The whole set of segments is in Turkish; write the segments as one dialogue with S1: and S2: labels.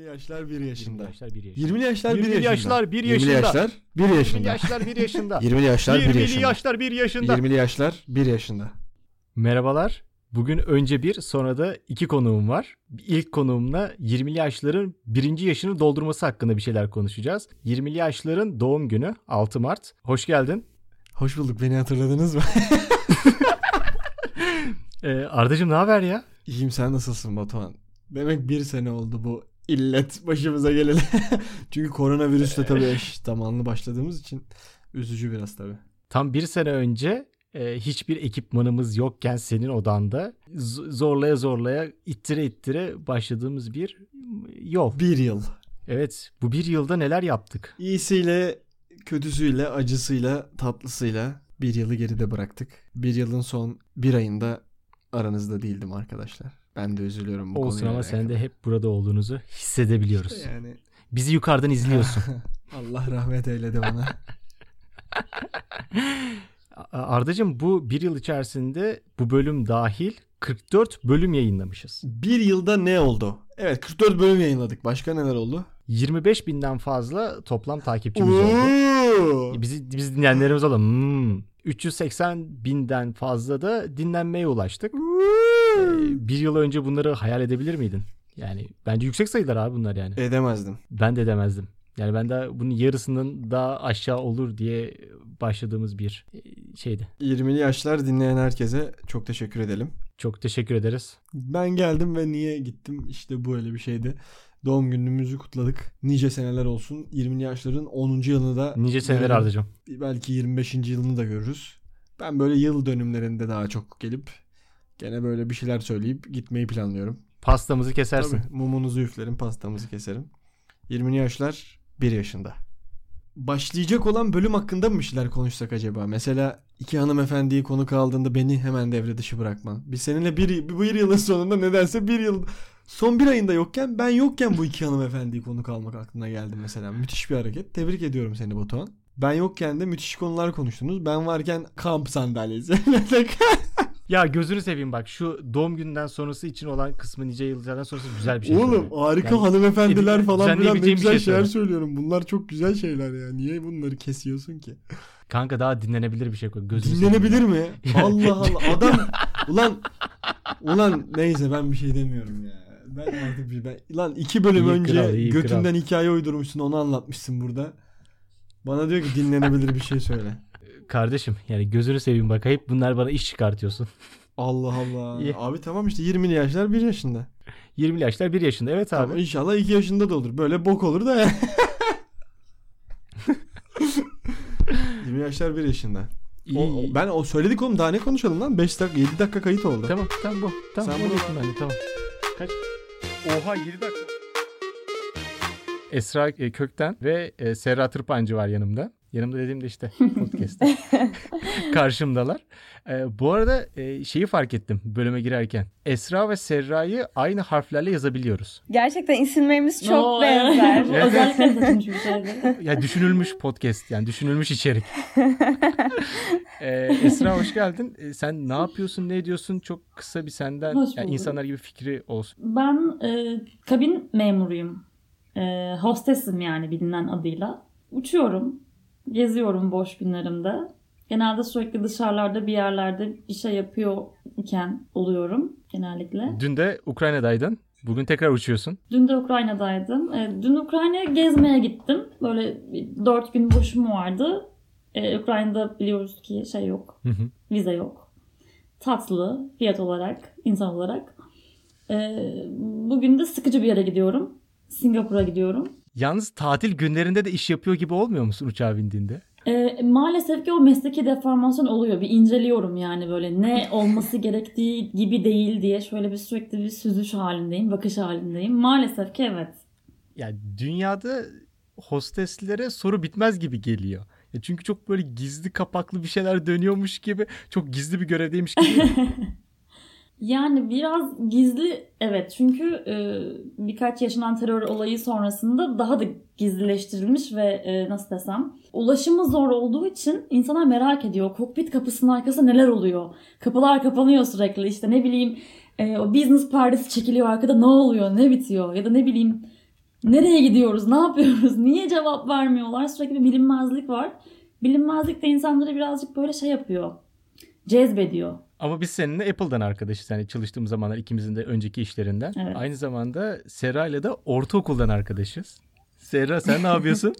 S1: yaşlar 1 yaşında.
S2: 20'li yaşlar 1 yaşında.
S1: 20'li yaşlar 1 yaşında.
S2: 20'li yaşlar 1 yaşında.
S1: 20'li yaşlar 1 yaşında.
S2: 20'li yaşlar 1 yaşında.
S1: 20'li yaşlar 1 yaşında.
S2: 20'li yaşlar 1 yaşında.
S1: Merhabalar. Bugün önce bir, sonra da 2 konuğum var. İlk konuğumla 20'li yaşların 1. yaşını doldurması hakkında bir şeyler konuşacağız. 20'li yaşların doğum günü 6 Mart. Hoş geldin.
S2: Hoş bulduk. Beni hatırladınız mı?
S1: Ardacığım ne haber ya?
S2: İyiyim, sen nasılsın Batuhan? Demek 1 sene oldu bu illet başımıza geleli. Çünkü koronavirüsle tabii eş zamanlı başladığımız için üzücü biraz tabii.
S1: Tam 1 sene önce hiçbir ekipmanımız yokken senin odanda zorlaya ittire başladığımız bir yol.
S2: 1 yıl.
S1: Evet, bu 1 yılda neler yaptık?
S2: İyisiyle, kötüsüyle, acısıyla, tatlısıyla 1 yılı geride bıraktık. 1 yılın son 1 ayında aranızda değildim arkadaşlar. Ben de üzülüyorum bu
S1: olsun
S2: konuyla
S1: ama sen
S2: alakalı.
S1: de hep burada olduğunuzu hissedebiliyoruz.
S2: İşte yani.
S1: Bizi yukarıdan izliyorsun.
S2: Allah rahmet eyledi bana.
S1: Ardacığım, bu 1 yıl içerisinde bu bölüm dahil 44 bölüm yayınlamışız.
S2: 1 yılda ne oldu? Evet, 44 bölüm yayınladık. Başka neler oldu?
S1: 25.000'den fazla toplam takipçimiz oldu. Bizi dinleyenlerimiz oldu. 380.000'den fazla da dinlenmeye ulaştık. 1 yıl önce bunları hayal edebilir miydin? Yani bence yüksek sayılar abi bunlar yani.
S2: Edemezdim.
S1: Ben de edemezdim. Yani ben de bunun yarısının daha aşağı olur diye başladığımız bir şeydi.
S2: 20'li yaşlar dinleyen herkese çok teşekkür edelim.
S1: Çok teşekkür ederiz.
S2: Ben geldim ve niye gittim? İşte böyle bir şeydi. Doğum günümüzü kutladık. Nice seneler olsun. 20'li yaşların 10. yılını da...
S1: Nice seneler Ardacığım.
S2: Belki 25. yılını da görürüz. Ben böyle yıl dönümlerinde daha çok gelip gene böyle bir şeyler söyleyip gitmeyi planlıyorum.
S1: Pastamızı kesersin.
S2: Tabii, mumunuzu üflerim, pastamızı keserim. 20'li yaşlar 1 yaşında. Başlayacak olan bölüm hakkında mı bir şeyler konuşsak acaba? Mesela 2 hanımefendiyi konuk aldığında beni hemen devre dışı bırakman. Biz seninle bir yılın sonunda nedense 1 yıl... Son 1 ayında yokken, ben yokken bu 2 hanımefendiyi konuk almak aklına geldi mesela. Müthiş bir hareket. Tebrik ediyorum seni Batuhan. Ben yokken de müthiş konular konuştunuz. Ben varken kamp sandalyesi.
S1: Ya gözünü seveyim bak, şu doğum gününden sonrası için olan kısmı nice yıllardan sonrası güzel bir şey.
S2: Oğlum
S1: söyle.
S2: harika
S1: Yani,
S2: hanımefendiler falan filan, ne güzel şeyler
S1: söyle.
S2: söylüyorum. Bunlar çok güzel şeyler ya. Niye bunları kesiyorsun ki?
S1: Kanka daha dinlenebilir bir şey koy. Gözünü
S2: dinlenebilir
S1: seveyim.
S2: mi? Allah Allah. Adam ulan neyse, ben bir şey demiyorum ya. Ben artık lan 2 bölüm
S1: İyi
S2: önce
S1: kral,
S2: götünden hikaye uydurmuşsun, onu anlatmışsın burada. Bana diyor ki dinlenebilir bir şey söyle.
S1: Kardeşim yani gözünü seveyim bak, hep bunlar bana iş çıkartıyorsun.
S2: Allah Allah. Abi tamam işte 20'li yaşlar 1 yaşında.
S1: 20'li yaşlar 1 yaşında, evet abi.
S2: Tamam, inşallah 2 yaşında da olur. Böyle bok olur da ya. 20 yaşlar 1 yaşında. Ben o söyledik oğlum, daha ne konuşalım lan? 5 dakika 7 dakika kayıt oldu.
S1: Tamam bu. Tamam.
S2: Sen
S1: bunu
S2: bunu
S1: ben de, tamam. Kaç? Oha 7 dakika. Esra Kökten ve Serra Tırpancı var yanımda. Yanımda dediğimde işte podcast'te. Karşımdalar. Bu arada şeyi fark ettim bölüme girerken. Esra ve Serra'yı aynı harflerle yazabiliyoruz.
S3: Gerçekten isimlerimiz çok benzer.
S1: Evet.
S3: Özellikle seçilmiş bir şeydi.
S1: Ya düşünülmüş podcast, yani düşünülmüş içerik. Esra hoş geldin. Sen ne yapıyorsun, ne ediyorsun? Çok kısa bir senden, yani insanlar gibi fikri olsun.
S4: Ben kabin memuruyum. Hostesim yani bilinen adıyla. Uçuyorum. Geziyorum boş günlerimde. Genelde sürekli dışarılarda bir yerlerde bir şey yapıyor iken oluyorum genellikle.
S1: Dün de Ukrayna'daydın. Bugün tekrar uçuyorsun.
S4: Dün de Ukrayna'daydım. Dün Ukrayna'ya gezmeye gittim. Böyle 4 gün boşum vardı. Ukrayna'da biliyoruz ki şey yok. Vize yok. Tatlı fiyat olarak, insan olarak. Bugün de sıkıcı bir yere gidiyorum. Singapur'a gidiyorum.
S1: Yalnız tatil günlerinde de iş yapıyor gibi olmuyor musun uçağa bindiğinde?
S4: Maalesef ki o mesleki deformasyon oluyor. Bir inceliyorum yani, böyle ne olması gerektiği gibi değil diye şöyle bir sürekli bir süzüş halindeyim, bakış halindeyim. Maalesef ki evet.
S1: Yani dünyada hosteslere soru bitmez gibi geliyor. Çünkü çok böyle gizli kapaklı bir şeyler dönüyormuş gibi, çok gizli bir görevdeymiş gibi.
S4: Yani biraz gizli evet, çünkü birkaç yaşanan terör olayı sonrasında daha da gizlileştirilmiş ve nasıl desem, ulaşımı zor olduğu için insanlar merak ediyor. Kokpit kapısının arkasında neler oluyor? Kapılar kapanıyor sürekli, işte ne bileyim o business partisi çekiliyor arkada, ne oluyor, ne bitiyor, ya da ne bileyim Nereye gidiyoruz? Ne yapıyoruz? Niye cevap vermiyorlar? Sürekli bir bilinmezlik var. Bilinmezlik de insanları birazcık böyle şey yapıyor. Cezbediyor.
S1: Ama biz seninle Apple'dan arkadaşız. Yani çalıştığımız zamanlar ikimizin de önceki işlerinden.
S4: Evet.
S1: Aynı zamanda Serra ile de ortaokuldan arkadaşız. Serra sen ne yapıyorsun?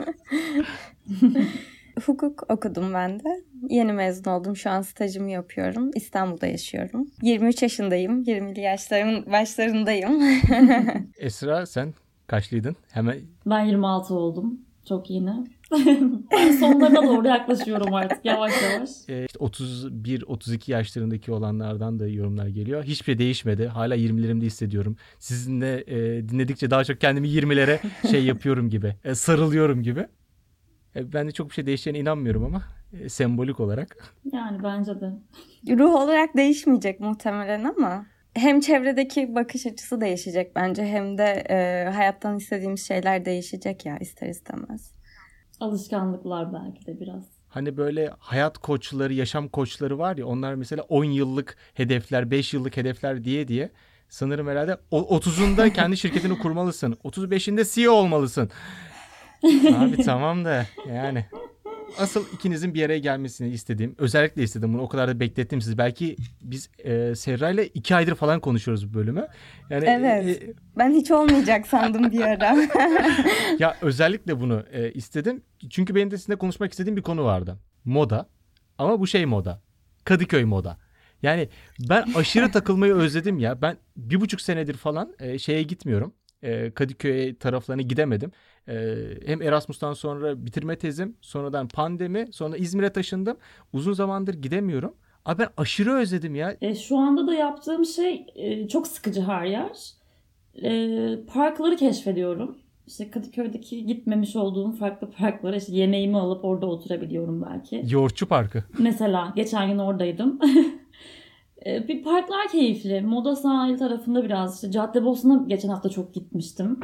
S3: Hukuk okudum ben de. Yeni mezun oldum. Şu an stajımı yapıyorum. İstanbul'da yaşıyorum. 23 yaşındayım. 20'li yaşlarımın başlarındayım.
S1: Esra sen kaçlıydın? Hemen
S4: Ben 26 oldum. Çok yeni. Ben sonlarına doğru yaklaşıyorum artık yavaş yavaş.
S1: işte 31-32 yaşlarındaki olanlardan da yorumlar geliyor. Hiçbir şey değişmedi. Hala 20'lerimde hissediyorum. Sizinle dinledikçe daha çok kendimi 20'lere şey yapıyorum gibi. Sarılıyorum gibi. Ben de çok bir şey değişeceğine inanmıyorum ama sembolik olarak.
S4: Yani bence de.
S3: Ruh olarak değişmeyecek muhtemelen ama hem çevredeki bakış açısı değişecek bence hem de hayattan istediğimiz şeyler değişecek ya ister istemez.
S4: Alışkanlıklar belki de biraz.
S1: Hani böyle hayat koçları, yaşam koçları var ya, onlar mesela 10 yıllık hedefler, 5 yıllık hedefler diye sanırım herhalde 30'unda kendi şirketini kurmalısın. 35'inde CEO olmalısın. Abi tamam da yani asıl ikinizin bir araya gelmesini istediğim, özellikle istedim bunu, o kadar da beklettim sizi. Belki biz Serra ile 2 aydır falan konuşuyoruz bu bölümü. Yani,
S3: Evet. Ben hiç olmayacak sandım bir ara.
S1: Ya özellikle bunu istedim. Çünkü benim de sizinle konuşmak istediğim bir konu vardı. Moda. Ama bu şey moda. Kadıköy moda. Yani ben aşırı takılmayı özledim ya. Ben 1,5 senedir falan şeye gitmiyorum. Kadıköy taraflarına gidemedim. Hem Erasmus'tan sonra bitirme tezim, sonradan pandemi, sonra İzmir'e taşındım. Uzun zamandır gidemiyorum. Abi ben aşırı özledim ya.
S4: Şu anda da yaptığım şey çok sıkıcı her yer. Parkları keşfediyorum. İşte Kadıköy'deki gitmemiş olduğum farklı parklara işte yemeğimi alıp orada oturabiliyorum belki.
S1: Yoğurtçu Parkı.
S4: Mesela geçen gün oradaydım. Bir parklar keyifli. Moda sahil tarafında biraz işte Caddebostan'a geçen hafta çok gitmiştim.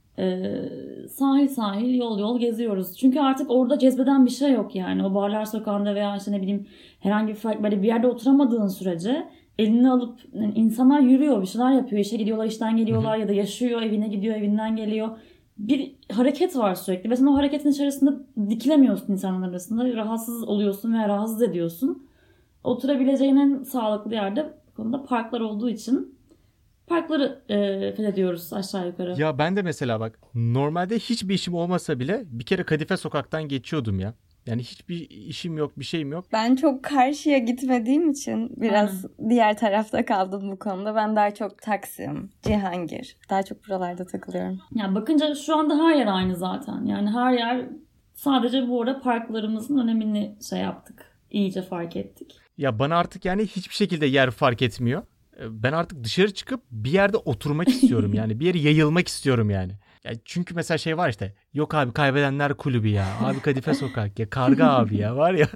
S4: Sahil yol geziyoruz. Çünkü artık orada cezbeden bir şey yok yani. O barlar sokağında veya işte ne bileyim herhangi bir böyle bir yerde oturamadığın sürece elini alıp yani insanlar yürüyor, bir şeyler yapıyor. İşe gidiyorlar, işten geliyorlar ya da yaşıyor, evine gidiyor, evinden geliyor. Bir hareket var sürekli ve sen o hareketin içerisinde dikilemiyorsun insanlar arasında. Rahatsız oluyorsun veya rahatsız ediyorsun. Oturabileceğin en sağlıklı yerde bu konuda parklar olduğu için parkları fethediyoruz aşağı yukarı.
S1: Ya ben de mesela bak, normalde hiçbir işim olmasa bile bir kere Kadife Sokak'tan geçiyordum ya. Yani hiçbir işim yok, bir şeyim yok.
S3: Ben çok karşıya gitmediğim için biraz diğer tarafta kaldım bu konuda. Ben daha çok Taksim, Cihangir, daha çok buralarda takılıyorum.
S4: Ya bakınca şu anda her yer aynı zaten. Yani her yer, sadece bu arada parklarımızın önemini şey yaptık. İyice fark ettik.
S1: Ya bana artık yani hiçbir şekilde yer fark etmiyor. Ben artık dışarı çıkıp bir yerde oturmak istiyorum yani. Bir yere yayılmak istiyorum yani. Ya çünkü mesela şey var işte. Yok abi kaybedenler kulübü ya. Abi Kadife Sokak ya. Karga abi ya var ya.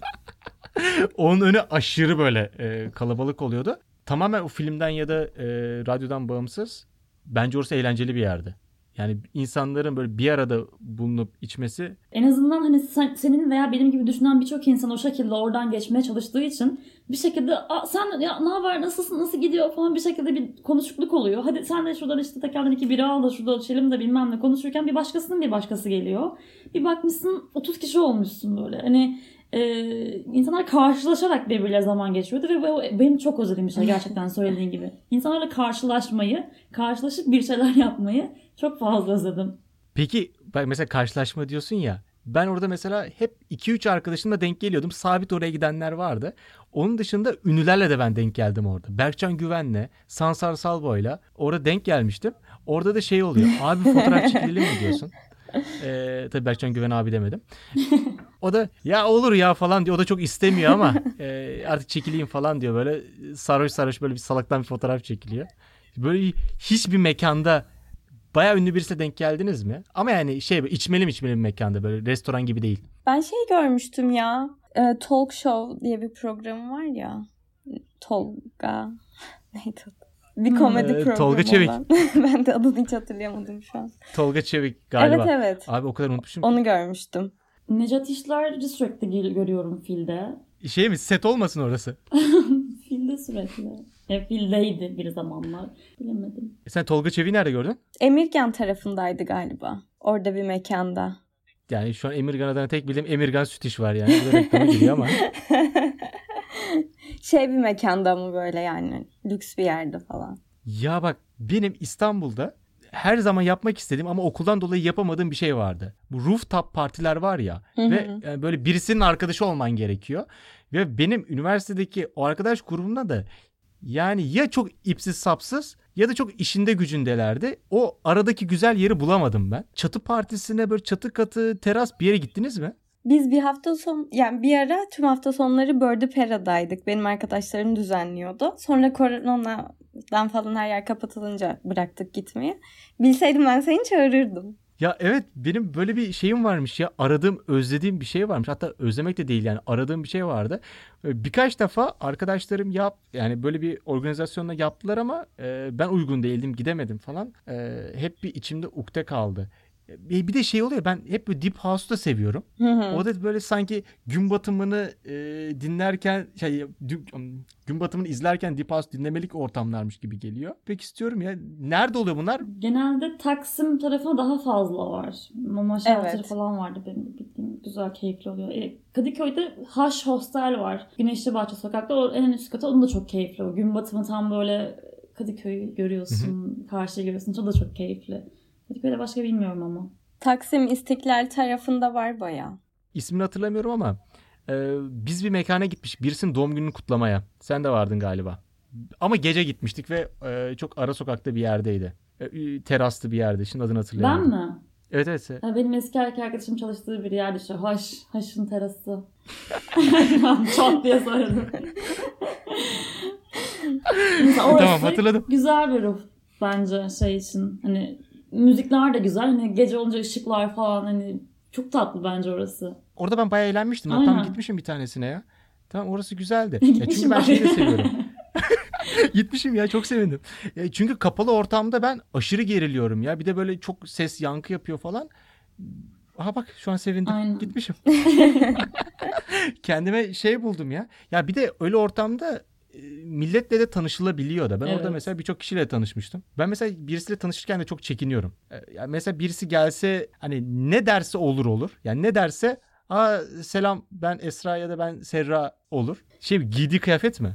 S1: Onun önü aşırı böyle kalabalık oluyordu. Tamamen o filmden ya da radyodan bağımsız. Bence orası eğlenceli bir yerdi. Yani insanların böyle bir arada bulunup içmesi.
S4: En azından hani senin veya benim gibi düşünen birçok insan o şekilde oradan geçmeye çalıştığı için bir şekilde sen ya ne haber, nasılsın, nasıl gidiyor falan bir şekilde bir konuşukluk oluyor. Hadi sen de şuradan işte tekrardan 2 bira al da şurada içelim de bilmem ne konuşurken bir başkası geliyor. Bir bakmışsın 30 kişi olmuşsun böyle. Hani insanlar karşılaşarak birbirle zaman geçiyordu ve benim çok özlediğim bir şey gerçekten söylediğin gibi. İnsanlarla karşılaşmayı, karşılaşıp bir şeyler yapmayı çok fazla özledim.
S1: Peki bak mesela karşılaşma diyorsun ya. Ben orada mesela hep 2-3 arkadaşımla denk geliyordum. Sabit oraya gidenler vardı. Onun dışında ünlülerle de ben denk geldim orada. Berkcan Güven'le, Sansar Salvo'yla orada denk gelmiştim. Orada da şey oluyor. Abi fotoğraf çekilelim mi diyorsun? Tabii Berkcan Güven abi demedim. O da ya olur ya falan diyor. O da çok istemiyor ama artık çekileyim falan diyor. Böyle sarhoş böyle bir salaktan bir fotoğraf çekiliyor. Böyle hiçbir mekanda bayağı ünlü birisine denk geldiniz mi? Ama yani şey içmeli bir mekanda, böyle restoran gibi değil.
S3: Ben şey görmüştüm ya. Talk Show diye bir program var ya. Tolga. Neydi adı? Bir komedi programı
S1: Tolga Çevik.
S3: olan. Ben de adını hiç hatırlayamadım şu an.
S1: Tolga Çevik galiba.
S3: Evet.
S1: Abi o kadar unutmuşum.
S3: Onu görmüştüm.
S4: Necat İşler'i sürekli görüyorum filde.
S1: Şey mi, set olmasın orası?
S4: Filde sürekli. Fil'deydi bir zamanlar. Bilemedim.
S1: Sen Tolga Çevik'i nerede gördün?
S3: Emirgan tarafındaydı galiba. Orada bir mekanda.
S1: Yani şu an Emirgan adına tek bildiğim Emirgan Süt İş var yani. Bu da reklama giriyor ama.
S3: Bir mekanda ama böyle yani lüks bir yerde falan.
S1: Ya bak benim İstanbul'da her zaman yapmak istediğim ama okuldan dolayı yapamadığım bir şey vardı. Bu rooftop partiler var ya ve yani böyle birisinin arkadaşı olman gerekiyor. Ve benim üniversitedeki o arkadaş grubumda da yani ya çok ipsiz sapsız ya da çok işinde gücündelerdi. O aradaki güzel yeri bulamadım ben. Çatı partisine böyle çatı katı teras bir yere gittiniz mi?
S3: Biz bir hafta son yani bir ara tüm hafta sonları Börde Pera'daydık. Benim arkadaşlarım düzenliyordu. Sonra koronadan falan her yer kapatılınca bıraktık gitmeyi. Bilseydim ben seni çağırırdım.
S1: Ya evet benim böyle bir şeyim varmış ya. Aradığım, özlediğim bir şey varmış. Hatta özlemek de değil yani aradığım bir şey vardı. Birkaç defa arkadaşlarım yani böyle bir organizasyonla yaptılar ama ben uygun değildim, gidemedim falan. Hep bir içimde ukde kaldı. Bir de şey oluyor, ben hep böyle Deep House'u da seviyorum. O da böyle sanki gün batımını dinlerken gün batımını izlerken Deep House dinlemelik ortamlarmış gibi geliyor. Pek istiyorum ya. Nerede oluyor bunlar?
S4: Genelde Taksim tarafına daha fazla var. Mama Shelter
S3: Evet.
S4: falan vardı benim de bildiğim. Güzel, keyifli oluyor. Kadıköy'de Haş Hostel var. Güneşli Bahçe Sokak'ta. O en üst kata. Onun da çok keyifli. O gün batımı tam böyle Kadıköy'ü görüyorsun. Karşıyı görüyorsun. O da çok keyifli. Kadıköy'de başka bilmiyorum ama.
S3: Taksim İstiklal tarafında var bayağı.
S1: İsmini hatırlamıyorum ama biz bir mekana gitmiş. Birisinin doğum gününü kutlamaya. Sen de vardın galiba. Ama gece gitmiştik ve çok ara sokakta bir yerdeydi. Teraslı bir yerde. Şimdi adını hatırlayamadım.
S4: Ben mi?
S1: Evet.
S4: Ya benim eski erkek arkadaşım çalıştığı bir yer işte. Haş'ın terası. Çat diye söyledim. Mesela orası
S1: Tamam, hatırladım.
S4: güzel bir ruh bence şey için. Hani müzikler de güzel. Hani gece olunca ışıklar falan hani çok tatlı bence orası.
S1: Orada ben bayağı eğlenmiştim.
S4: Aynen.
S1: Hatta gitmişim bir tanesine ya. Tamam, orası güzeldi. Çünkü ben şeyi de seviyorum. Gitmişim ya, çok sevindim. Çünkü kapalı ortamda ben aşırı geriliyorum ya. Bir de böyle çok ses yankı yapıyor falan. Aha bak şu an sevindim.
S4: Aynen.
S1: Gitmişim. Kendime şey buldum ya. Ya bir de öyle ortamda milletle de tanışılabiliyor da. Ben orada mesela birçok kişiyle tanışmıştım. Ben mesela birisiyle tanışırken de çok çekiniyorum. Yani mesela birisi gelse hani ne derse olur. Yani ne derse selam ben Esra ya da ben Serra olur. Giydiği kıyafet mi?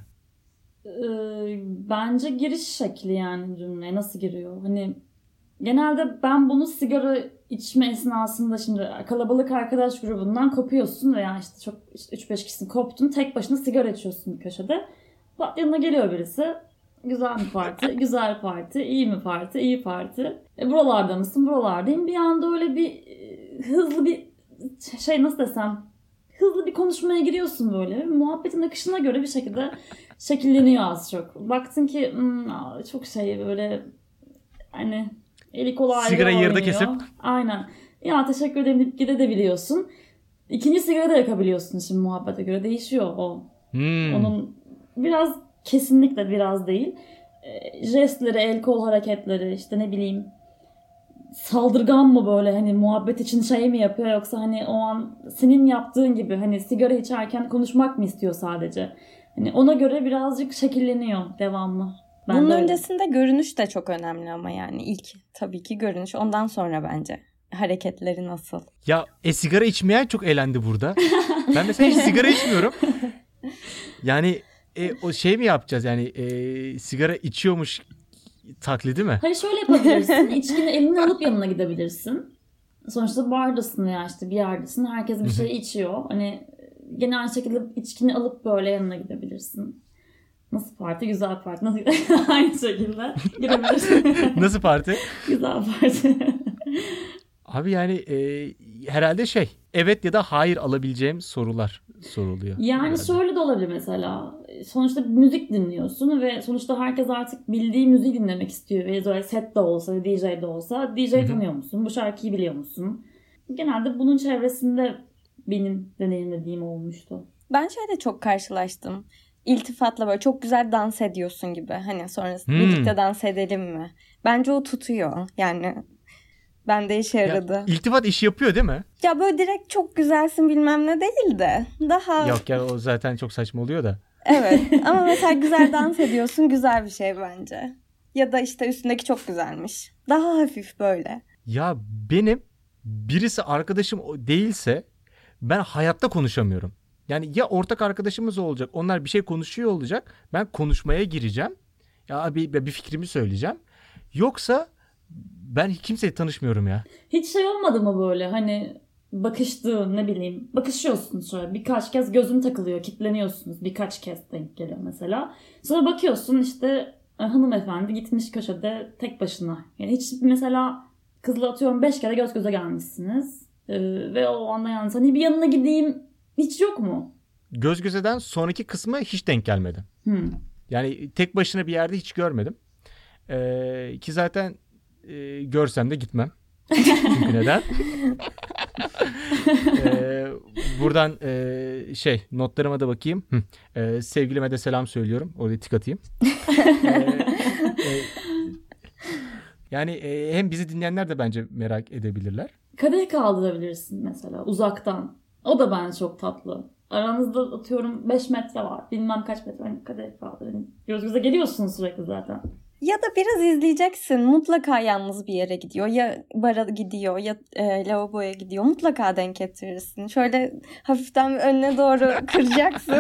S4: Bence giriş şekli yani cümleye nasıl giriyor? Hani genelde ben bunu sigara içme esnasında şimdi kalabalık arkadaş grubundan kopuyorsun veya işte çok 3-5 kişisin koptun tek başına sigara içiyorsun bir köşede. Pat yanına geliyor birisi. Güzel mi parti? Güzel parti. İyi mi parti? İyi parti. Buralarda mısın? Buralardayım. Bir anda öyle bir hızlı bir şey nasıl desem hızlı bir konuşmaya giriyorsun böyle. Muhabbetin akışına göre bir şekilde şekilleniyor az çok. Baktın ki çok şey böyle hani eli kolay
S1: sigarayı yarıda kesip.
S4: Aynen. Ya teşekkür ederim deyip gidebiliyorsun. İkinci sigara da yakabiliyorsun şimdi muhabbete göre. Değişiyor o. Onun biraz kesinlikle biraz değil. Jestleri, el kol hareketleri işte ne bileyim saldırgan mı böyle hani muhabbet için şey mi yapıyor yoksa hani o an senin yaptığın gibi hani sigara içerken konuşmak mı istiyor sadece? Hani ona göre birazcık şekilleniyor devamlı.
S3: Bunun öncesinde görünüş de çok önemli ama yani ilk tabii ki görünüş, ondan sonra bence hareketleri nasıl?
S1: Ya sigara içmeyen çok eğlendi burada. Ben mesela hiç sigara içmiyorum. Yani o şey mi yapacağız yani sigara içiyormuş taklidi mi?
S4: Hayır şöyle yapabilirsin. İçkini eline alıp yanına gidebilirsin. Sonuçta bardasın ya işte bir yerdesin. Herkes bir şey içiyor. Hani gene aynı şekilde içkini alıp böyle yanına gidebilirsin. Nasıl parti? Güzel parti. Nasıl? Aynı şekilde girebilirsin.
S1: Nasıl parti?
S4: Güzel parti.
S1: Abi yani herhalde evet ya da hayır alabileceğim sorular soruluyor.
S4: Yani
S1: herhalde.
S4: şöyle de olabilir mesela. Sonuçta müzik dinliyorsun ve sonuçta herkes artık bildiği müziği dinlemek istiyor. Ve set de olsa, DJ de olsa. DJ tanıyor musun? Bu şarkıyı biliyor musun? Genelde bunun çevresinde benim deneyimlediğim olmuştu.
S3: Ben şeyde çok karşılaştım. İltifatla böyle çok güzel dans ediyorsun gibi. Hani sonrasında birlikte dans edelim mi? Bence o tutuyor. Yani bende işe yaradı.
S1: Ya, iltifat işi yapıyor değil mi?
S3: Ya böyle direkt çok güzelsin bilmem ne değil de. Daha...
S1: Yok ya o zaten çok saçma oluyor da.
S3: Evet ama mesela güzel dans ediyorsun, güzel bir şey bence. Ya da işte üstündeki çok güzelmiş. Daha hafif böyle.
S1: Ya benim birisi arkadaşım değilse ben hayatta konuşamıyorum. Yani ya ortak arkadaşımız olacak, onlar bir şey konuşuyor olacak, ben konuşmaya gireceğim. Ya bir fikrimi söyleyeceğim. Yoksa ben kimseyle tanışmıyorum ya.
S4: Hiç şey olmadı mı böyle hani bakıştığın ne bileyim bakışıyorsun şöyle birkaç kez gözün takılıyor kilitleniyorsunuz birkaç kez denk geliyor mesela. Sonra bakıyorsun işte hanımefendi gitmiş köşede tek başına. Yani hiç mesela kızla atıyorum 5 kere göz göze gelmişsiniz. Ve o anda yani hani bir yanına gideyim hiç yok mu?
S1: Göz gözeden sonraki kısmı hiç denk gelmedi. Yani tek başına bir yerde hiç görmedim. Ki zaten görsem de gitmem. Çünkü neden? Buradan notlarıma da bakayım. Sevgilime de selam söylüyorum. Oraya tik atayım. Yani hem bizi dinleyenler de bence merak edebilirler.
S4: Kadeh kaldırabilirsin mesela uzaktan. O da bence çok tatlı. Aranızda atıyorum 5 metre var. Bilmem kaç metre. Hani kadeh kaldırın. Göz göze geliyorsun sürekli zaten.
S3: Ya da biraz izleyeceksin. Mutlaka yalnız bir yere gidiyor. Ya bara gidiyor ya lavaboya gidiyor. Mutlaka denk getirirsin. Şöyle hafiften önüne doğru kıracaksın.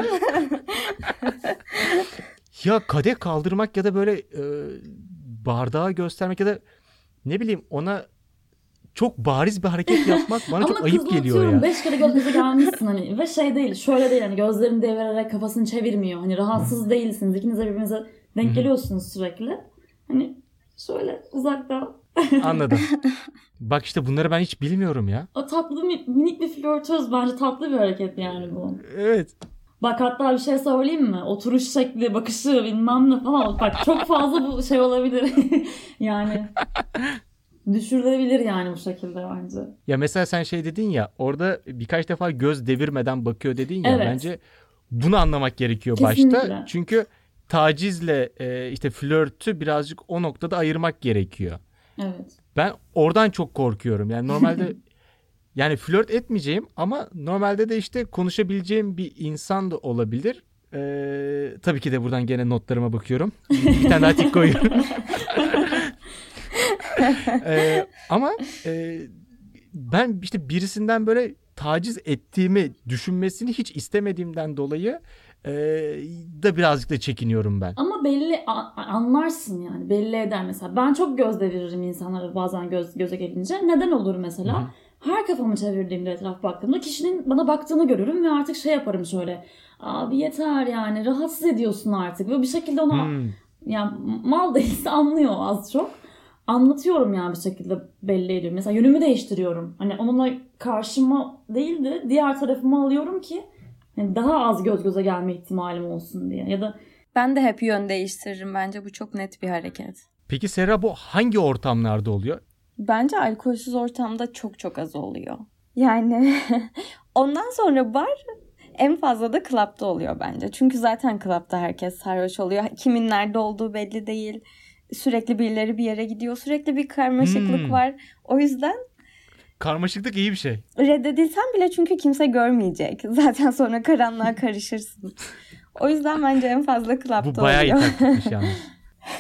S1: Ya kadeh kaldırmak ya da böyle bardağı göstermek ya da ne bileyim ona çok bariz bir hareket yapmak bana çok ayıp geliyor ya.
S4: 5 kere göz göze gelmişsin hani ve şey değil şöyle değil hani gözlerini devirerek kafasını çevirmiyor. Hani rahatsız değilsiniz. İkiniz de birbirinize denk geliyorsunuz sürekli. Hani şöyle uzakta.
S1: Anladım. Bak işte bunları ben hiç bilmiyorum ya.
S4: O tatlı minik bir flörtöz bence tatlı bir hareket yani bu.
S1: Evet.
S4: Bak hatta bir şey söyleyeyim mi? Oturuş şekli, bakışı bilmem ne falan. Bak çok fazla bu şey olabilir. Yani düşürülebilir yani bu şekilde bence.
S1: Ya mesela sen şey dedin ya orada birkaç defa göz devirmeden bakıyor dedin ya.
S4: Evet.
S1: Bence bunu anlamak gerekiyor
S4: Kesinlikle.
S1: başta. Çünkü tacizle işte flörtü birazcık o noktada ayırmak gerekiyor.
S4: Evet.
S1: Ben oradan çok korkuyorum. Yani normalde yani flört etmeyeceğim ama normalde de işte konuşabileceğim bir insan da olabilir. Tabii ki de buradan gene notlarıma bakıyorum. Bir tane daha tik koyuyorum. Ama ben işte birisinden böyle taciz ettiğimi düşünmesini hiç istemediğimden dolayı da birazcık da çekiniyorum ben.
S4: Ama belli anlarsın yani belli eder mesela. Ben çok göz deviririm insanlara bazen göze gelince. Neden olur mesela?
S1: Hı-hı.
S4: Her kafamı çevirdiğimde etraf baktığımda kişinin bana baktığını görürüm ve artık şey yaparım şöyle. Abi yeter yani rahatsız ediyorsun artık. Ve bir şekilde ona yani mal değilse anlıyor az çok. Anlatıyorum yani bir şekilde belli ediyorum. Mesela yönümü değiştiriyorum. Hani onunla karşıma değil de diğer tarafıma alıyorum ki yani daha az göz göze gelme ihtimalim olsun diye. Ya da
S3: Ben de hep yön değiştiririm. Bence bu çok net bir hareket.
S1: Peki Serra bu hangi ortamlarda oluyor?
S3: Bence alkolsüz ortamda çok çok az oluyor. Yani ondan sonra bar en fazla da club'da oluyor bence. Çünkü zaten club'da herkes sarhoş oluyor. Kimin nerede olduğu belli değil. Sürekli birileri bir yere gidiyor. Sürekli bir karmaşıklık var. O yüzden
S1: karmaşıklık iyi bir şey.
S3: Reddedilsen bile çünkü kimse görmeyecek. Zaten sonra karanlığa karışırsın. O yüzden bence en fazla club'da oluyor.
S1: Bu bayağı iyi taktikmiş yalnız.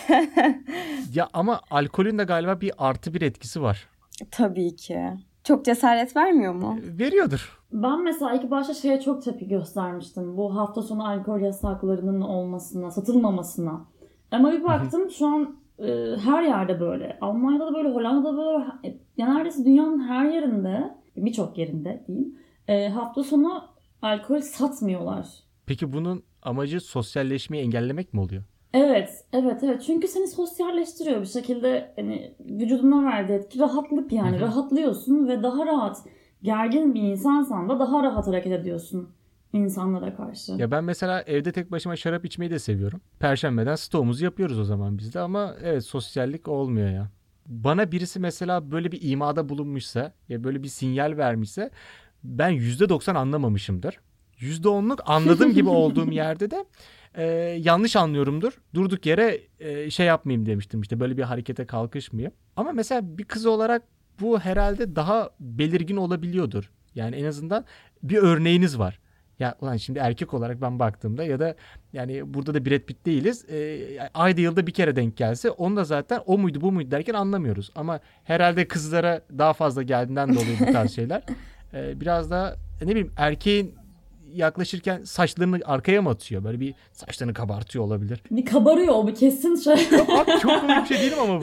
S1: Ya ama alkolün de galiba bir artı bir etkisi var.
S3: Tabii ki. Çok cesaret vermiyor mu?
S1: Veriyordur.
S4: Ben mesela ilk başta şeye çok tepki göstermiştim. Bu hafta sonu alkol yasaklarının olmasına, satılmamasına. Ama bir baktım şu an her yerde böyle. Almanya'da da böyle, Hollanda'da da böyle. Yani neredeyse dünyanın her yerinde, birçok yerinde diyeyim. Hafta sonu alkol satmıyorlar.
S1: Peki bunun amacı sosyalleşmeyi engellemek mi oluyor?
S4: Evet. Çünkü seni sosyalleştiriyor bir şekilde. Hani vücuduna verdiği etki rahatlık yani. Rahatlıyorsun ve daha rahat, gergin bir insansan da daha rahat hareket ediyorsun insanlara karşı.
S1: Ya ben mesela evde tek başıma şarap içmeyi de seviyorum. Perşembeden stoğumuzu yapıyoruz o zaman biz de ama evet sosyallik olmuyor ya. Bana birisi mesela böyle bir imada bulunmuşsa ya böyle bir sinyal vermişse ben %90 anlamamışımdır. %10'luk anladığım gibi olduğum yerde de yanlış anlıyorumdur. Durduk yere şey yapmayayım demiştim işte böyle bir harekete kalkışmayayım. Ama mesela bir kız olarak bu herhalde daha belirgin olabiliyordur. Yani en azından bir örneğiniz var. Ya ulan şimdi erkek olarak ben baktığımda ya da yani burada da Brad Pitt değiliz. Ayda yılda bir kere denk gelse onu da zaten o muydu bu muydu derken anlamıyoruz. Ama herhalde kızlara daha fazla geldiğinden dolayı bu tarz şeyler. Biraz daha ne bileyim erkeğin yaklaşırken saçlarını arkaya mı atıyor? Böyle bir saçlarını kabartıyor olabilir.
S4: Bir kabarıyor o, bir kesin şey.
S1: Abi çok komik bir şey değil mi ama bu?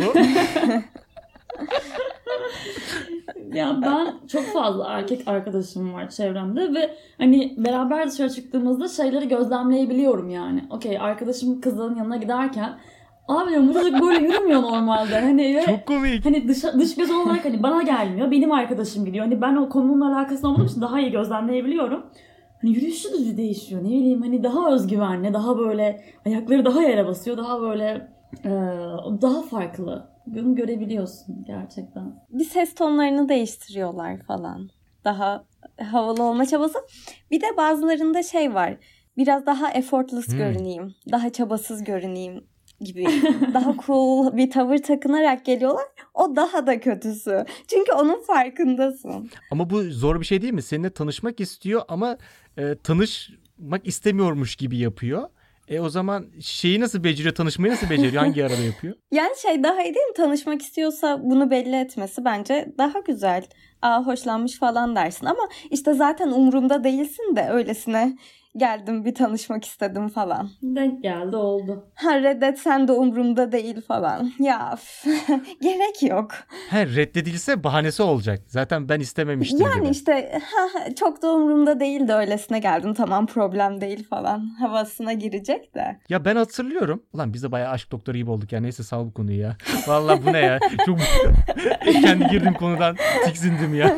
S4: Ya ben çok fazla erkek arkadaşım var çevremde ve hani beraber dışarı çıktığımızda şeyleri gözlemleyebiliyorum yani. Okey, arkadaşım kızların yanına giderken abi diyorum, bu çocuk böyle yürümüyor normalde. Hani
S1: çok komik.
S4: Hani dış göz olarak hani bana gelmiyor. Benim arkadaşım gidiyor. Hani ben o konunun alakası olmadığım için daha iyi gözlemleyebiliyorum. Hani yürüyüşü de değişiyor. Ne bileyim, hani daha özgüvenli, daha böyle ayakları daha yere basıyor. Daha böyle daha farklı. Bunu görebiliyorsun gerçekten.
S3: Bir ses tonlarını değiştiriyorlar falan. Daha havalı olma çabası. Bir de bazılarında şey var. Biraz daha effortless görüneyim. Daha çabasız görüneyim gibi. Daha cool bir tavır takınarak geliyorlar. O daha da kötüsü. Çünkü onun farkındasın.
S1: Ama bu zor bir şey değil mi? Seninle tanışmak istiyor ama tanışmak istemiyormuş gibi yapıyor. O zaman şeyi nasıl beceriyor? Tanışmayı nasıl beceriyor? Hangi arada yapıyor?
S3: Yani şey daha iyi değil mi? Tanışmak istiyorsa bunu belli etmesi bence daha güzel. Hoşlanmış falan dersin ama işte zaten umurumda değilsin de öylesine geldim bir tanışmak istedim falan.
S4: Denk geldi, oldu.
S3: Reddetsen de umurumda değil falan. Ya gerek yok.
S1: Reddedilse bahanesi olacak. Zaten ben istememiştim
S3: yani
S1: gibi.
S3: işte çok da umurumda değil de öylesine geldim, tamam problem değil falan havasına girecek de.
S1: Ya ben hatırlıyorum. Ulan biz de bayağı aşk doktoru gibi olduk ya. Neyse sal bu konuyu ya. Vallahi bu ne ya? Çok kendi girdiğim konudan tiksindim ya.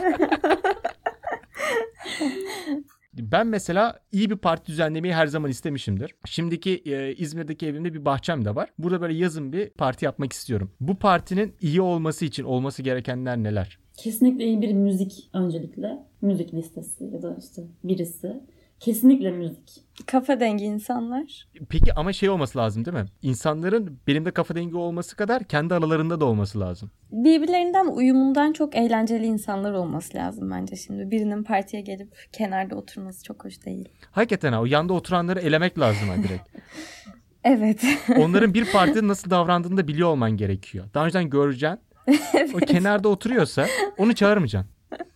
S1: Ben mesela iyi bir parti düzenlemeyi her zaman istemişimdir. Şimdiki İzmir'deki evimde bir bahçem de var. Burada böyle yazın bir parti yapmak istiyorum. Bu partinin iyi olması için olması gerekenler neler?
S4: Kesinlikle iyi bir müzik öncelikle. Müzik listesi ya da işte birisi. Kesinlikle müzik.
S3: Kafa dengi insanlar.
S1: Peki ama şey olması lazım değil mi? İnsanların benimle kafa dengi olması kadar kendi aralarında da olması lazım.
S3: Birbirlerinden uyumundan çok eğlenceli insanlar olması lazım bence şimdi. Birinin partiye gelip kenarda oturması çok hoş değil.
S1: Hakikaten o yanda oturanları elemek lazım direkt.
S3: Evet.
S1: Onların bir partide nasıl davrandığını da biliyor olman gerekiyor. Daha önceden göreceksin. Evet. O kenarda oturuyorsa onu çağırmayacaksın.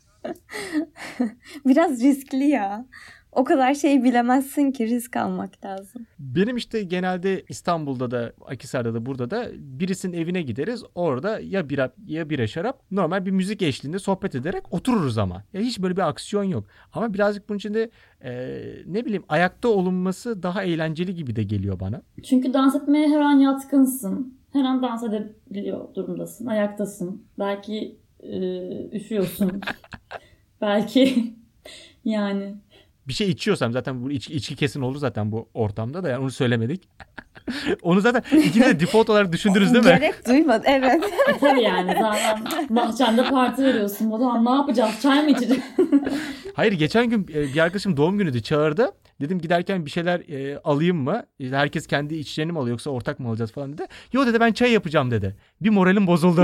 S3: Biraz riskli ya. O kadar şeyi bilemezsin ki, risk almak lazım.
S1: Benim işte genelde İstanbul'da da, Akhisar'da da, burada da birisinin evine gideriz. Orada ya bira ya bira şarap, normal bir müzik eşliğinde sohbet ederek otururuz ama. Ya hiç böyle bir aksiyon yok. Ama birazcık bunun içinde ne bileyim ayakta olunması daha eğlenceli gibi de geliyor bana.
S4: Çünkü dans etmeye her an yatkınsın. Her an dans edebiliyor durumdasın. Ayaktasın. Belki üşüyorsun. Belki yani...
S1: Bir şey içiyorsam zaten bu içki kesin olur zaten bu ortamda da, yani onu söylemedik. Onu zaten ikiniz de default olarak düşündünüz değil mi?
S3: Gerek duymadı, evet.
S4: Tabii yani zaten bahçende parti veriyorsun. O zaman ne yapacağız? Çay mı içeceğiz?
S1: Hayır, geçen gün bir arkadaşım doğum günüydü, çağırdı. Dedim giderken bir şeyler alayım mı? Herkes kendi içeceğini mi alıyor yoksa ortak mı alacağız falan dedi. Yo dedi, ben çay yapacağım dedi. Bir moralim bozuldu.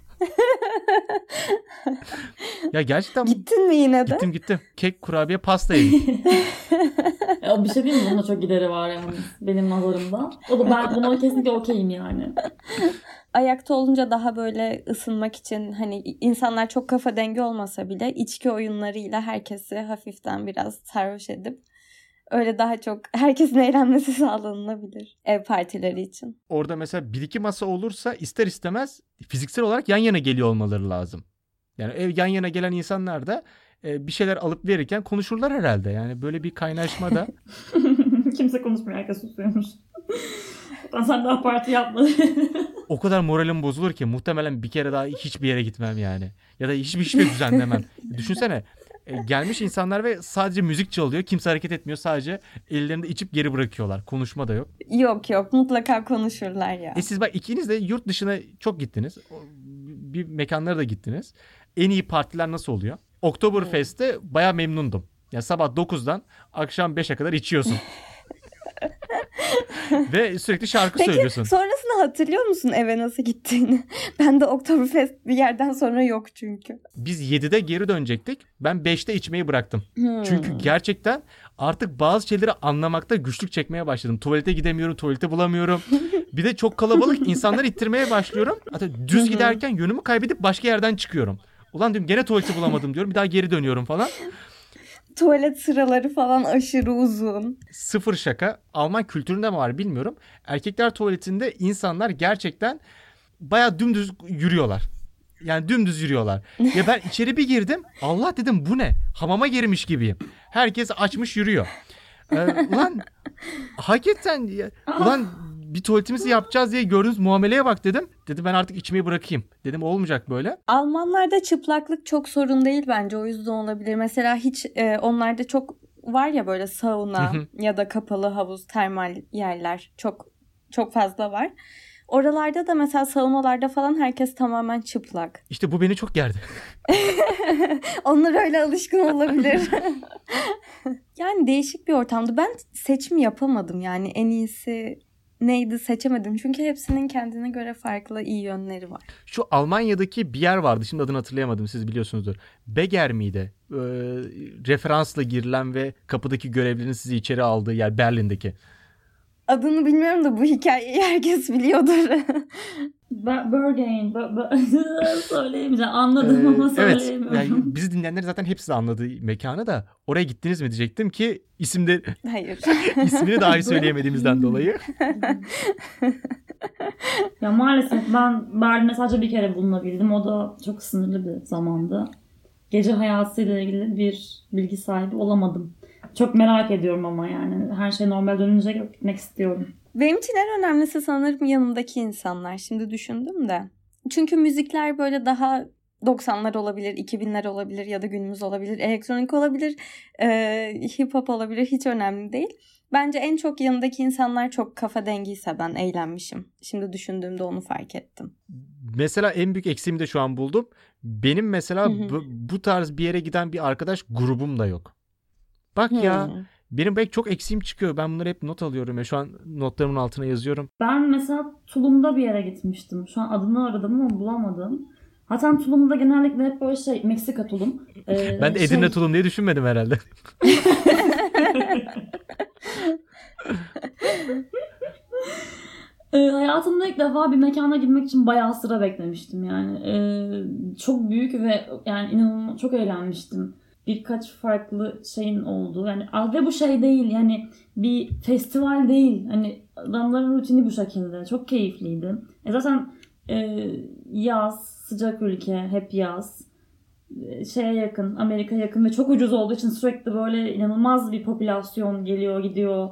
S1: Ya gerçekten.
S3: Gittin mi yine de?
S1: Gittim. Kek, kurabiye, pasta yedim.
S4: Bir şey diyeyim mi? Bunun da çok gideri var yani benim nazarımda. O da ben buna kesinlikle okeyim yani.
S3: Ayakta olunca daha böyle ısınmak için, hani insanlar çok kafa dengi olmasa bile içki oyunlarıyla herkesi hafiften biraz sarhoş edip öyle daha çok herkesin eğlenmesi sağlanılabilir ev partileri için.
S1: Orada mesela bir iki masa olursa ister istemez fiziksel olarak yan yana geliyor olmaları lazım. Yani ev yan yana gelen insanlar da bir şeyler alıp verirken konuşurlar herhalde. Yani böyle bir kaynaşma da.
S4: Kimse konuşmuyor, herkes susuyormuş. Sen daha parti yapmadın.
S1: O kadar moralim bozulur ki muhtemelen bir kere daha hiçbir yere gitmem yani. Ya da hiçbir şey düzenlemem. Düşünsene, gelmiş insanlar ve sadece müzik çalıyor. Kimse hareket etmiyor. Sadece ellerinde içip geri bırakıyorlar. Konuşma da yok.
S3: Yok mutlaka konuşurlar ya.
S1: Siz bak, ikiniz de yurt dışına çok gittiniz. Bir mekanlara da gittiniz. En iyi partiler nasıl oluyor? Oktoberfest'te bayağı memnundum. Yani sabah 9'dan akşam 5'e kadar içiyorsun. Ve sürekli şarkı söylüyorsun.
S3: Peki sonrasında hatırlıyor musun eve nasıl gittiğini? Ben de Oktoberfest bir yerden sonra yok çünkü.
S1: Biz 7'de geri dönecektik. Ben 5'te içmeyi bıraktım. Çünkü gerçekten artık bazı şeyleri anlamakta güçlük çekmeye başladım. Tuvalete gidemiyorum, tuvalete bulamıyorum. Bir de çok kalabalık, insanları ittirmeye başlıyorum. Hatta düz giderken yönümü kaybedip başka yerden çıkıyorum. Ulan diyorum gene tuvaleti bulamadım diyorum. Bir daha geri dönüyorum falan.
S3: Tuvalet sıraları falan aşırı uzun.
S1: Sıfır şaka. Alman kültüründe mi var bilmiyorum. Erkekler tuvaletinde insanlar gerçekten bayağı dümdüz yürüyorlar. Yani dümdüz yürüyorlar. Ya ben içeri bir girdim. Allah dedim bu ne? Hamama girmiş gibiyim. Herkes açmış yürüyor. Ulan hakikaten ulan bir tuvaletimizi yapacağız diye gördüğünüz muameleye bak dedim. Dedi ben artık içmeyi bırakayım. Dedim olmayacak böyle.
S3: Almanlarda çıplaklık çok sorun değil bence, o yüzden olabilir. Mesela hiç onlarda çok var ya böyle sauna ya da kapalı havuz, termal yerler çok çok fazla var. Oralarda da mesela saunalarda falan herkes tamamen çıplak.
S1: İşte bu beni çok gerdi.
S3: Onlar öyle alışkın olabilir. Yani değişik bir ortamdı. Ben seçim yapamadım yani en iyisi neydi seçemedim. Çünkü hepsinin kendine göre farklı iyi yönleri var.
S1: Şu Almanya'daki bir yer vardı. Şimdi adını hatırlayamadım. Siz biliyorsunuzdur. Beger miydi? Referansla girilen ve kapıdaki görevlinin sizi içeri aldığı yer, Berlin'deki.
S3: Adını bilmiyorum da bu hikayeyi herkes biliyordur.
S4: Berghain. Söyleyemeyeceğim. Anladım ama söyleyemiyorum.
S1: Evet. Yani bizi dinleyenler zaten hepsi anladığı mekanı da oraya gittiniz mi diyecektim ki
S3: Hayır.
S1: ismini dahi söyleyemediğimizden dolayı.
S4: Ya maalesef ben Berlin'e sadece bir kere bulunabildim. O da çok sınırlı bir zamandı. Gece hayatıyla ilgili bir bilgi sahibi olamadım. Çok merak ediyorum ama yani her şey normal dönünce gitmek istiyorum.
S3: Benim için en önemlisi sanırım yanımdaki insanlar. Şimdi düşündüm de. Çünkü müzikler böyle daha 90'lar olabilir, 2000'ler olabilir ya da günümüz olabilir, elektronik olabilir, hip hop olabilir, hiç önemli değil. Bence en çok yanındaki insanlar çok kafa dengiyse ben eğlenmişim. Şimdi düşündüğümde onu fark ettim.
S1: Mesela en büyük eksiğimi de şu an buldum. Benim mesela bu tarz bir yere giden bir arkadaş grubum da yok. Bak ya benim belki çok eksiğim çıkıyor. Ben bunları hep not alıyorum. Şu an notlarımın altına yazıyorum.
S4: Ben mesela Tulum'da bir yere gitmiştim. Şu an adını aradım ama bulamadım. Hatta Tulum'da genellikle hep böyle Meksika Tulum.
S1: Ben de Edirne Tulum diye düşünmedim herhalde.
S4: Hayatımda ilk defa bir mekana girmek için bayağı sıra beklemiştim yani. Çok büyük ve yani inanılmaz çok eğlenmiştim. Birkaç farklı şeyin olduğu yani ve bu şey değil yani bir festival değil hani adamların rutini bu şekilde çok keyifliydi. Zaten yaz, sıcak ülke, hep yaz, şeye yakın, Amerika'ya yakın ve çok ucuz olduğu için sürekli böyle inanılmaz bir popülasyon geliyor gidiyor.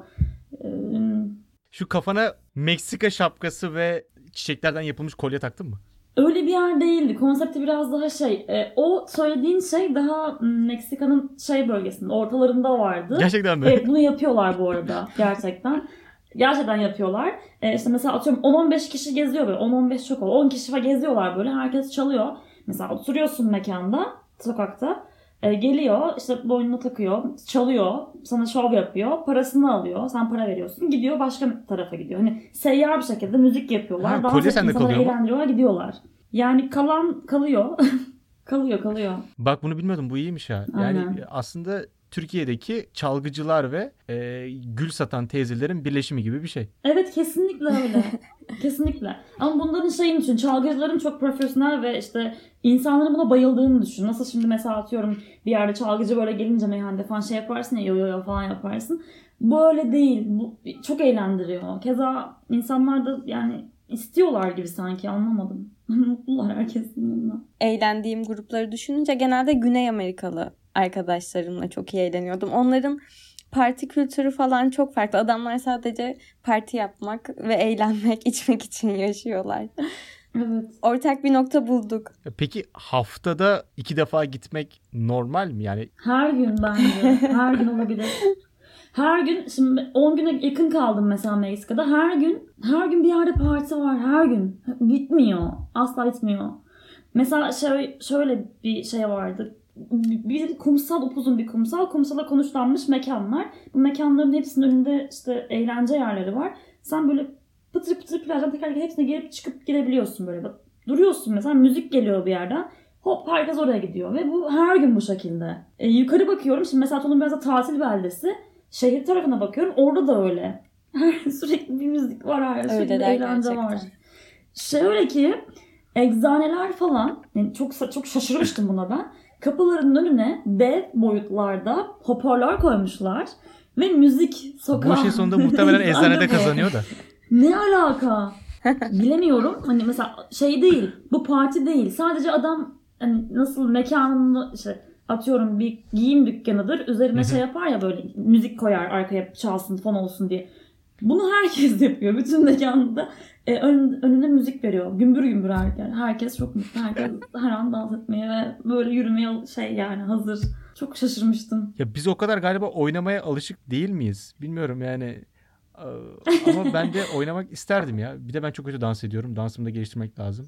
S1: Şu kafana Meksika şapkası ve çiçeklerden yapılmış kolye taktın mı?
S4: Öyle bir yer değildi. Konsepti biraz daha o söylediğin şey daha Meksika'nın bölgesinde, ortalarında vardı.
S1: Gerçekten mi?
S4: Evet, bunu yapıyorlar bu arada. Gerçekten. Gerçekten yapıyorlar. İşte mesela atıyorum 10-15 kişi geziyor böyle. 10-15 çok ol. 10 kişi falan geziyorlar böyle. Herkes çalıyor. Mesela oturuyorsun mekanda, sokakta. Geliyor, işte boynuna takıyor, çalıyor, sana şov yapıyor, parasını alıyor, sen para veriyorsun, gidiyor başka tarafa gidiyor. Hani seyyar bir şekilde müzik yapıyorlar, dans edip insanları eğlendiriyorlar, gidiyorlar. Yani kalan kalıyor, kalıyor.
S1: Bak bunu bilmiyordum, bu iyiymiş ha. Yani aslında Türkiye'deki çalgıcılar ve gül satan teyzelerin birleşimi gibi bir şey.
S4: Evet, kesinlikle öyle. Kesinlikle. Ama bunların şeyini düşün. Çalgıcıların çok profesyonel ve işte insanların buna bayıldığını düşün. Nasıl şimdi mesela atıyorum bir yerde çalgıcı böyle gelince meyhanede falan yaparsın ya, yo falan yaparsın. Bu öyle değil. Bu çok eğlendiriyor. Keza insanlar da yani istiyorlar gibi sanki, anlamadım. Mutlular herkes bununla.
S3: Eğlendiğim grupları düşününce genelde Güney Amerikalı arkadaşlarımla çok iyi eğleniyordum. Onların parti kültürü falan çok farklı. Adamlar sadece parti yapmak ve eğlenmek, içmek için yaşıyorlar.
S4: Evet.
S3: Ortak bir nokta bulduk.
S1: Peki haftada 2 defa gitmek normal mi? Yani
S4: her gün bence. Her gün olabilir. Her gün, şimdi 10 güne yakın kaldım mesela Meksika'da. Her gün bir yerde parti var. Her gün. Bitmiyor. Asla bitmiyor. Mesela şöyle bir şey vardı. Bir kumsal, upuzun bir kumsal. Kumsala konuşlanmış mekan var. Bu mekanların hepsinin önünde işte eğlence yerleri var. Sen böyle pıtır pıtır plajdan tekrar hepsine girip çıkıp gidebiliyorsun böyle. Bak, duruyorsun mesela, müzik geliyor bir yerden. Hop herkes oraya gidiyor ve bu her gün bu şekilde. Yukarı bakıyorum şimdi mesela Tulum biraz da tatil beldesi. Şehir tarafına bakıyorum orada da öyle. Sürekli bir müzik var, sürekli bir eğlence var. Şöyle ki eczaneler falan, yani çok şaşırmıştım buna ben. Kapıların önüne dev boyutlarda hoparlör koymuşlar ve müzik sokağa.
S1: Bu işin sonunda muhtemelen eczanede kazanıyor da.
S4: Ne alaka? Bilemiyorum. Hani mesela şey değil, bu parti değil. Sadece adam hani nasıl mekanını işte atıyorum bir giyim dükkanıdır. Üzerine şey yapar ya böyle müzik koyar arkaya çalsın fon olsun diye. Bunu herkes yapıyor. Bütün mekanda önüne müzik veriyor. Gümbür gümbür herkes çok mutlu. Herkes her an dans etmeye ve böyle yürümeye yani hazır. Çok şaşırmıştım.
S1: Ya biz o kadar galiba oynamaya alışık değil miyiz? Bilmiyorum yani. Ama ben de oynamak isterdim ya. Bir de ben çok kötü dans ediyorum. Dansımı da geliştirmek lazım.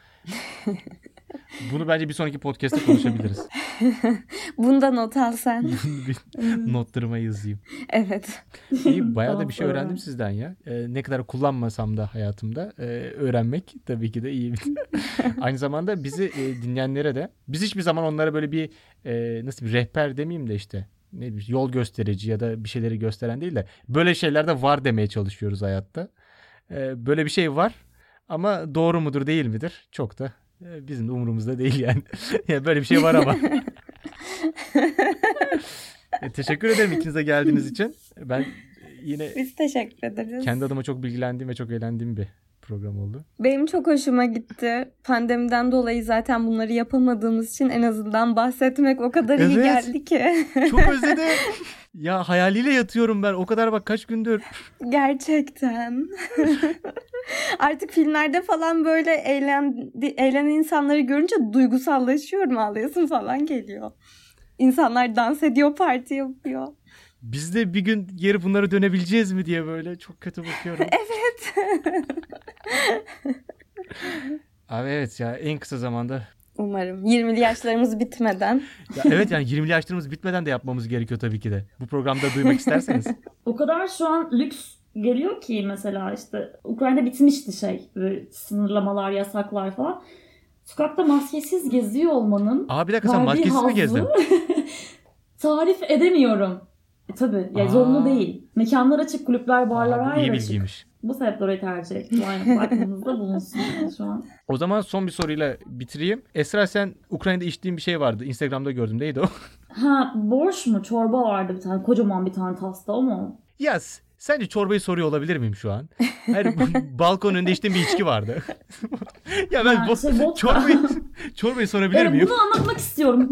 S1: Bunu bence bir sonraki podcast'te konuşabiliriz.
S3: Bunda not al sen.
S1: Notlarıma yazayım.
S3: Evet.
S1: İyi, bayağı da bir şey öğrendim sizden ya. Ne kadar kullanmasam da hayatımda öğrenmek tabii ki de iyi. Aynı zamanda bizi dinleyenlere de, biz hiçbir zaman onlara böyle bir nasıl bir rehber demeyeyim de işte yol gösterici ya da bir şeyleri gösteren değil de böyle şeyler de var demeye çalışıyoruz hayatta. Böyle bir şey var ama doğru mudur değil midir? Çok da bizim de umurumuzda değil yani. Yani böyle bir şey var ama. Teşekkür ederim ikinize geldiğiniz için. Ben yine
S3: biz teşekkür ederiz.
S1: Kendi adıma çok bilgilendiğim ve çok eğlendiğim bir program oldu.
S3: Benim çok hoşuma gitti. Pandemiden dolayı zaten bunları yapamadığımız için en azından bahsetmek o kadar iyi geldi ki.
S1: Çok özledim. Ya hayaliyle yatıyorum ben. O kadar bak kaç gündür.
S3: Gerçekten. Artık filmlerde falan böyle eğlenen insanları görünce duygusallaşıyorum. Ağlayasım falan geliyor. İnsanlar dans ediyor, parti yapıyor.
S1: Biz de bir gün geri bunlara dönebileceğiz mi diye böyle çok kötü bakıyorum.
S3: Evet.
S1: Abi evet ya en kısa zamanda.
S3: Umarım 20'li yaşlarımız bitmeden.
S1: Ya evet yani 20'li yaşlarımız bitmeden de yapmamız gerekiyor tabii ki de. Bu programda duymak isterseniz.
S4: O kadar şu an lüks geliyor ki mesela işte Ukrayna'da bitmişti sınırlamalar, yasaklar falan. Sokakta maskesiz geziyor olmanın.
S1: Bir dakika sen maskesiz mi gezdin?
S4: Tarif edemiyorum. Tabii. Yani zorunlu değil. Mekanlar açık, kulüpler, barlar her yer açık. İyi bilgiymiş. Bu sebeple orayı tercih ettim. Aynen aklınızda bulunsun yani şu an.
S1: O zaman son bir soruyla bitireyim. Esra sen Ukrayna'da içtiğin bir şey vardı. Instagram'da gördüm. Neydi o?
S4: Borş mu? Çorba vardı bir tane. Kocaman bir tane tasta o mu?
S1: Yes. Sence çorbayı soruyor olabilir miyim şu an? Hayır, balkon önünde içtiğim bir içki vardı. Ya ben çorbayı sorabilir miyim?
S4: Bunu anlatmak istiyorum.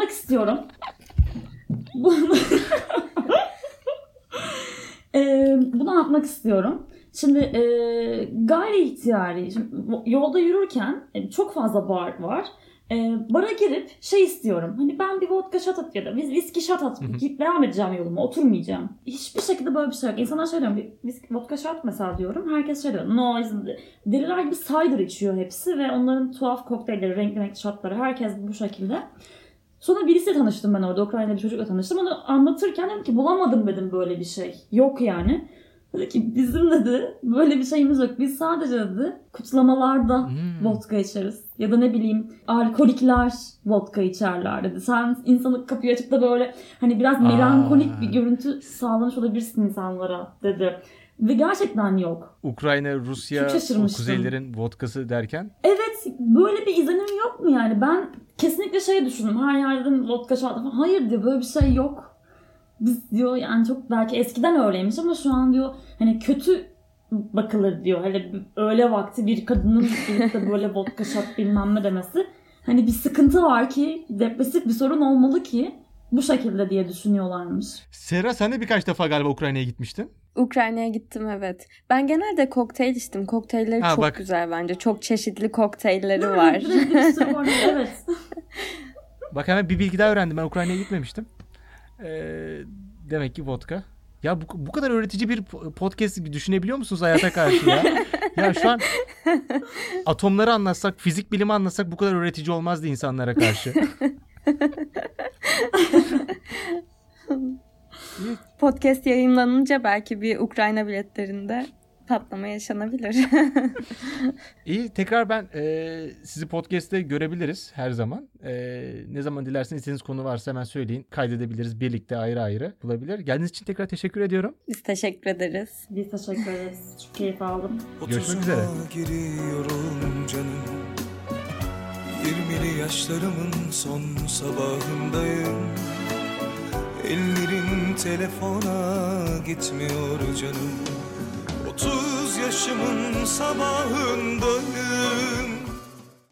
S4: Bunu anlatmak istiyorum. Şimdi gayri ihtiyari. Şimdi, yolda yürürken çok fazla bar var. Bara girip istiyorum. Hani ben bir vodka shot at ya da viski shot at. Devam edeceğim yoluma. Oturmayacağım. Hiçbir şekilde böyle bir şey yok. İnsanlar diyorum. Bir vodka shot mesela diyorum. Herkes diyor. No, deliler gibi cider içiyor hepsi ve onların tuhaf kokteylleri, renkli shotları. Herkes bu şekilde. Sonra birisiyle tanıştım ben orada. Ukrayna'da bir çocukla tanıştım. Onu anlatırken dedim ki bulamadım dedim böyle bir şey. Yok yani. Dedi ki bizim dedi böyle bir şeyimiz yok. Biz sadece dedi kutlamalarda vodka içeriz. Ya da ne bileyim alkolikler vodka içerler dedi. Sen insanı kapıyı açıp da böyle hani biraz melankolik bir görüntü sağlamış olabilirsin insanlara dedi. Ve gerçekten yok.
S1: Ukrayna, Rusya, kuzeylerin vodkası derken?
S4: Evet, böyle bir izlenim yok mu yani? Ben kesinlikle düşündüm. Her yerden vodka şartı falan. Hayır diyor, böyle bir şey yok. Biz diyor yani çok belki eskiden öyleymiş ama şu an diyor hani kötü bakılır diyor. Hele öğle vakti bir kadının de böyle vodka şat bilmem ne demesi. Hani bir sıkıntı var ki, depresif bir sorun olmalı ki bu şekilde diye düşünüyorlarmış.
S1: Serra sen de birkaç defa galiba Ukrayna'ya gitmiştin.
S3: Ukrayna'ya gittim evet. Ben genelde kokteyl içtim. Kokteylleri çok güzel bence. Çok çeşitli kokteylleri var.
S4: Evet.
S1: Bak hemen bir bilgi daha öğrendim. Ben Ukrayna'ya gitmemiştim. Demek ki vodka. Ya bu kadar öğretici bir podcast düşünebiliyor musunuz hayata karşı ya? Ya şu an atomları anlatsak, fizik bilimi anlatsak bu kadar öğretici olmazdı insanlara karşı.
S3: Podcast yayınlanınca belki bir Ukrayna biletlerinde patlama yaşanabilir.
S1: İyi, tekrar ben sizi podcast'te görebiliriz her zaman. Ne zaman dilerseniz istediğiniz konu varsa hemen söyleyin. Kaydedebiliriz. Birlikte ayrı ayrı bulabilir. Geldiğiniz için tekrar teşekkür ediyorum.
S3: Biz teşekkür ederiz.
S4: Biz teşekkür ederiz. Çok keyif aldım.
S1: Görüşmek üzere.
S5: Giriyorum canım. 20'li yaşlarımın son sabahındayım. Ellerim telefona gitmiyor canım. 30 yaşımın sabahındayım.